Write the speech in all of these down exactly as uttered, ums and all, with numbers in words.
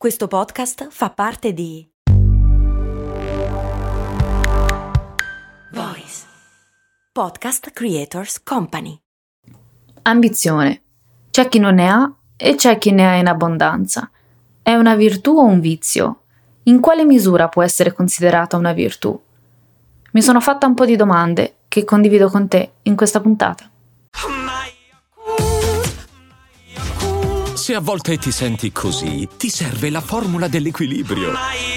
Questo podcast fa parte di Voice Podcast Creators Company. Ambizione. C'è chi non ne ha e c'è chi ne ha in abbondanza. È una virtù o un vizio? In quale misura può essere considerata una virtù? Mi sono fatta un po' di domande che condivido con te in questa puntata. Se a volte ti senti così, ti serve la formula dell'equilibrio.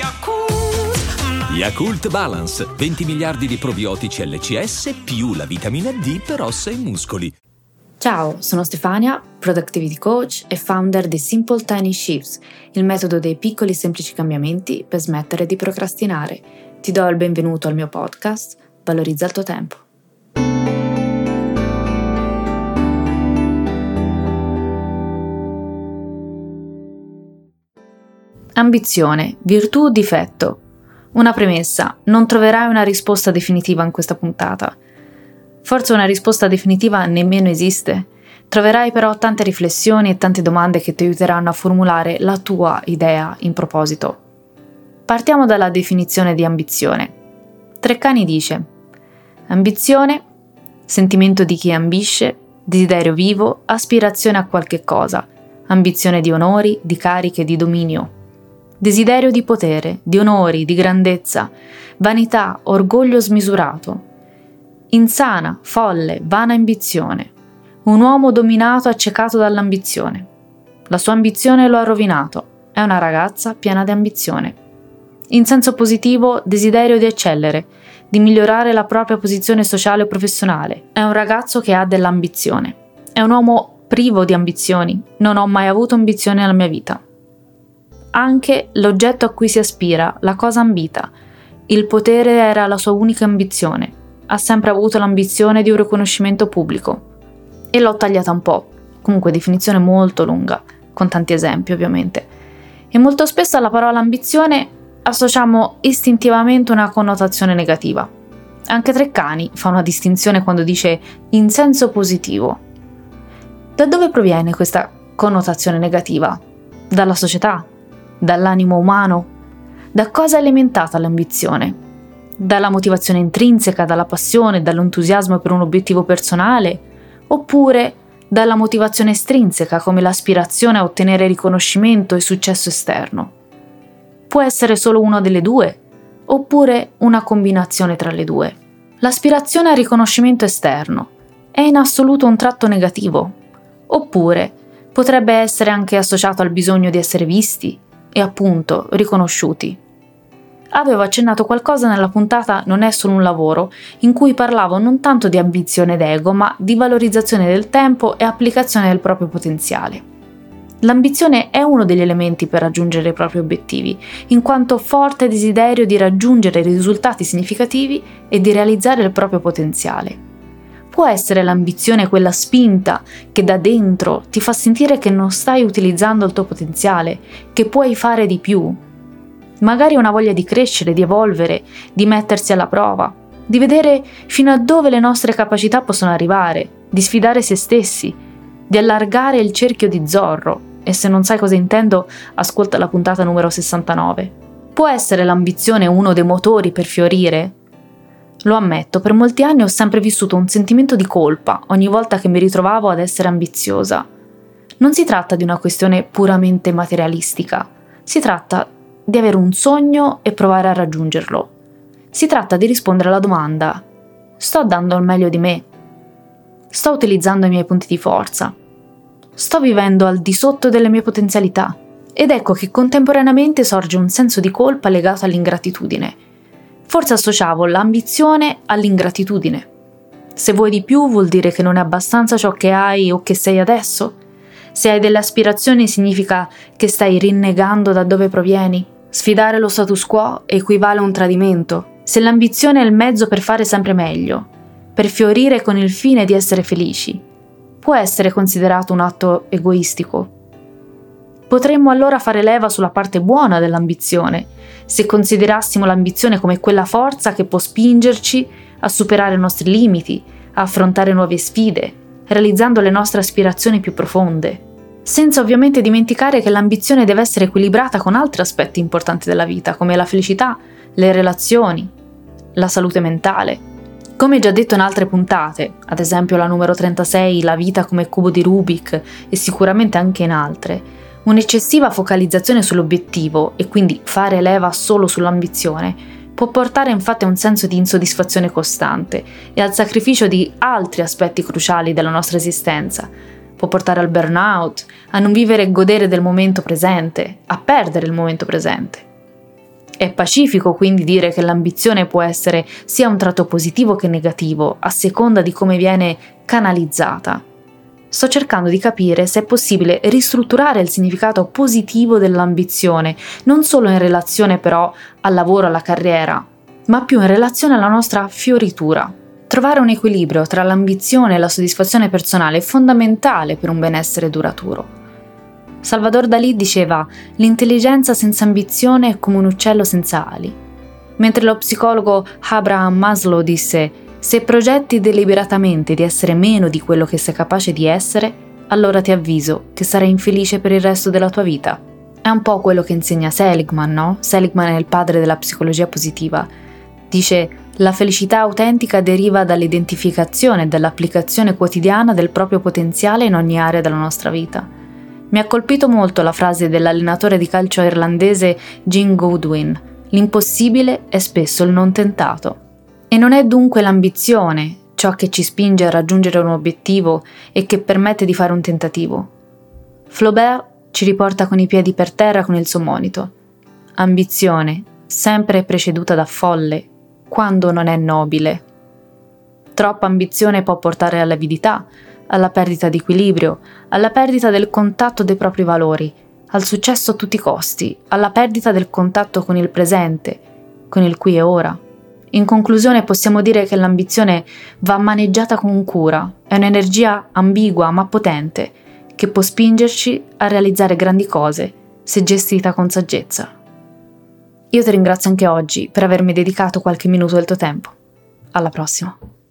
Yakult Balance, venti miliardi di probiotici L C S più la vitamina D per ossa e muscoli. Ciao, sono Stefania, Productivity Coach e founder di Simple Tiny Shifts, il metodo dei piccoli semplici cambiamenti per smettere di procrastinare. Ti do il benvenuto al mio podcast, Valorizza il tuo tempo. Ambizione, virtù o difetto? Una premessa, non troverai una risposta definitiva in questa puntata. Forse una risposta definitiva nemmeno esiste. Troverai però tante riflessioni e tante domande che ti aiuteranno a formulare la tua idea in proposito. Partiamo dalla definizione di ambizione. Treccani dice: ambizione, sentimento di chi ambisce, desiderio vivo, aspirazione a qualche cosa, ambizione di onori, di cariche, di dominio. Desiderio di potere, di onori, di grandezza, vanità, orgoglio smisurato. Insana, folle, vana ambizione. Un uomo dominato, accecato dall'ambizione. La sua ambizione lo ha rovinato. È una ragazza piena di ambizione. In senso positivo, desiderio di eccellere, di migliorare la propria posizione sociale o professionale. È un ragazzo che ha dell'ambizione. È un uomo privo di ambizioni. Non ho mai avuto ambizioni nella mia vita. Anche l'oggetto a cui si aspira, la cosa ambita. Il potere era la sua unica ambizione. Ha sempre avuto l'ambizione di un riconoscimento pubblico. E l'ho tagliata un po', comunque definizione molto lunga, con tanti esempi ovviamente. E molto spesso alla parola ambizione associamo istintivamente una connotazione negativa. Anche Treccani fa una distinzione quando dice in senso positivo. Da dove proviene questa connotazione negativa? Dalla società? Dall'animo umano? Da cosa è alimentata l'ambizione? Dalla motivazione intrinseca, dalla passione, dall'entusiasmo per un obiettivo personale? Oppure dalla motivazione estrinseca, come l'aspirazione a ottenere riconoscimento e successo esterno? Può essere solo una delle due, oppure una combinazione tra le due. L'aspirazione al riconoscimento esterno è in assoluto un tratto negativo, oppure potrebbe essere anche associato al bisogno di essere visti e appunto riconosciuti. Avevo accennato qualcosa nella puntata Non è solo un lavoro, in cui parlavo non tanto di ambizione ed ego, ma di valorizzazione del tempo e applicazione del proprio potenziale. L'ambizione è uno degli elementi per raggiungere i propri obiettivi, in quanto forte desiderio di raggiungere risultati significativi e di realizzare il proprio potenziale. Può essere l'ambizione quella spinta che da dentro ti fa sentire che non stai utilizzando il tuo potenziale, che puoi fare di più. Magari una voglia di crescere, di evolvere, di mettersi alla prova, di vedere fino a dove le nostre capacità possono arrivare, di sfidare se stessi, di allargare il cerchio di Zorro. E se non sai cosa intendo, ascolta la puntata numero sessantanove. Può essere l'ambizione uno dei motori per fiorire? Lo ammetto, per molti anni ho sempre vissuto un sentimento di colpa ogni volta che mi ritrovavo ad essere ambiziosa. Non si tratta di una questione puramente materialistica, si tratta di avere un sogno e provare a raggiungerlo. Si tratta di rispondere alla domanda: sto dando il meglio di me? Sto utilizzando i miei punti di forza? Sto vivendo al di sotto delle mie potenzialità? Ed ecco che contemporaneamente sorge un senso di colpa legato all'ingratitudine. Forse associavo l'ambizione all'ingratitudine. Se vuoi di più vuol dire che non è abbastanza ciò che hai o che sei adesso? Se hai delle aspirazioni significa che stai rinnegando da dove provieni? Sfidare lo status quo equivale a un tradimento. Se l'ambizione è il mezzo per fare sempre meglio, per fiorire con il fine di essere felici, può essere considerato un atto egoistico. Potremmo allora fare leva sulla parte buona dell'ambizione, se considerassimo l'ambizione come quella forza che può spingerci a superare i nostri limiti, a affrontare nuove sfide, realizzando le nostre aspirazioni più profonde. senza ovviamente dimenticare che l'ambizione deve essere equilibrata con altri aspetti importanti della vita, come la felicità, le relazioni, la salute mentale. Come già detto in altre puntate, ad esempio la numero trentasei, la vita come cubo di Rubik, e sicuramente anche in altre, un'eccessiva focalizzazione sull'obiettivo e quindi fare leva solo sull'ambizione può portare infatti a un senso di insoddisfazione costante e al sacrificio di altri aspetti cruciali della nostra esistenza. Può portare al burnout, a non vivere e godere del momento presente, a perdere il momento presente. È pacifico quindi dire che l'ambizione può essere sia un tratto positivo che negativo, a seconda di come viene canalizzata. Sto cercando di capire se è possibile ristrutturare il significato positivo dell'ambizione, non solo in relazione però al lavoro, alla carriera, ma più in relazione alla nostra fioritura. Trovare un equilibrio tra l'ambizione e la soddisfazione personale è fondamentale per un benessere duraturo. Salvador Dalì diceva: l'intelligenza senza ambizione è come un uccello senza ali, mentre lo psicologo Abraham Maslow disse: se progetti deliberatamente di essere meno di quello che sei capace di essere, allora ti avviso che sarai infelice per il resto della tua vita. È un po' quello che insegna Seligman, no? Seligman è il padre della psicologia positiva. Dice: la felicità autentica deriva dall'identificazione e dall'applicazione quotidiana del proprio potenziale in ogni area della nostra vita. Mi ha colpito molto la frase dell'allenatore di calcio irlandese Jim Goodwin: l'impossibile è spesso il non tentato. E non è dunque l'ambizione ciò che ci spinge a raggiungere un obiettivo e che permette di fare un tentativo. Flaubert ci riporta con i piedi per terra con il suo monito: ambizione sempre preceduta da folle quando non è nobile. Troppa ambizione può portare all'avidità, alla perdita di equilibrio, alla perdita del contatto dei propri valori, al successo a tutti i costi, alla perdita del contatto con il presente, con il qui e ora. In conclusione possiamo dire che l'ambizione va maneggiata con cura, è un'energia ambigua ma potente, che può spingerci a realizzare grandi cose se gestita con saggezza. Io ti ringrazio anche oggi per avermi dedicato qualche minuto del tuo tempo. Alla prossima!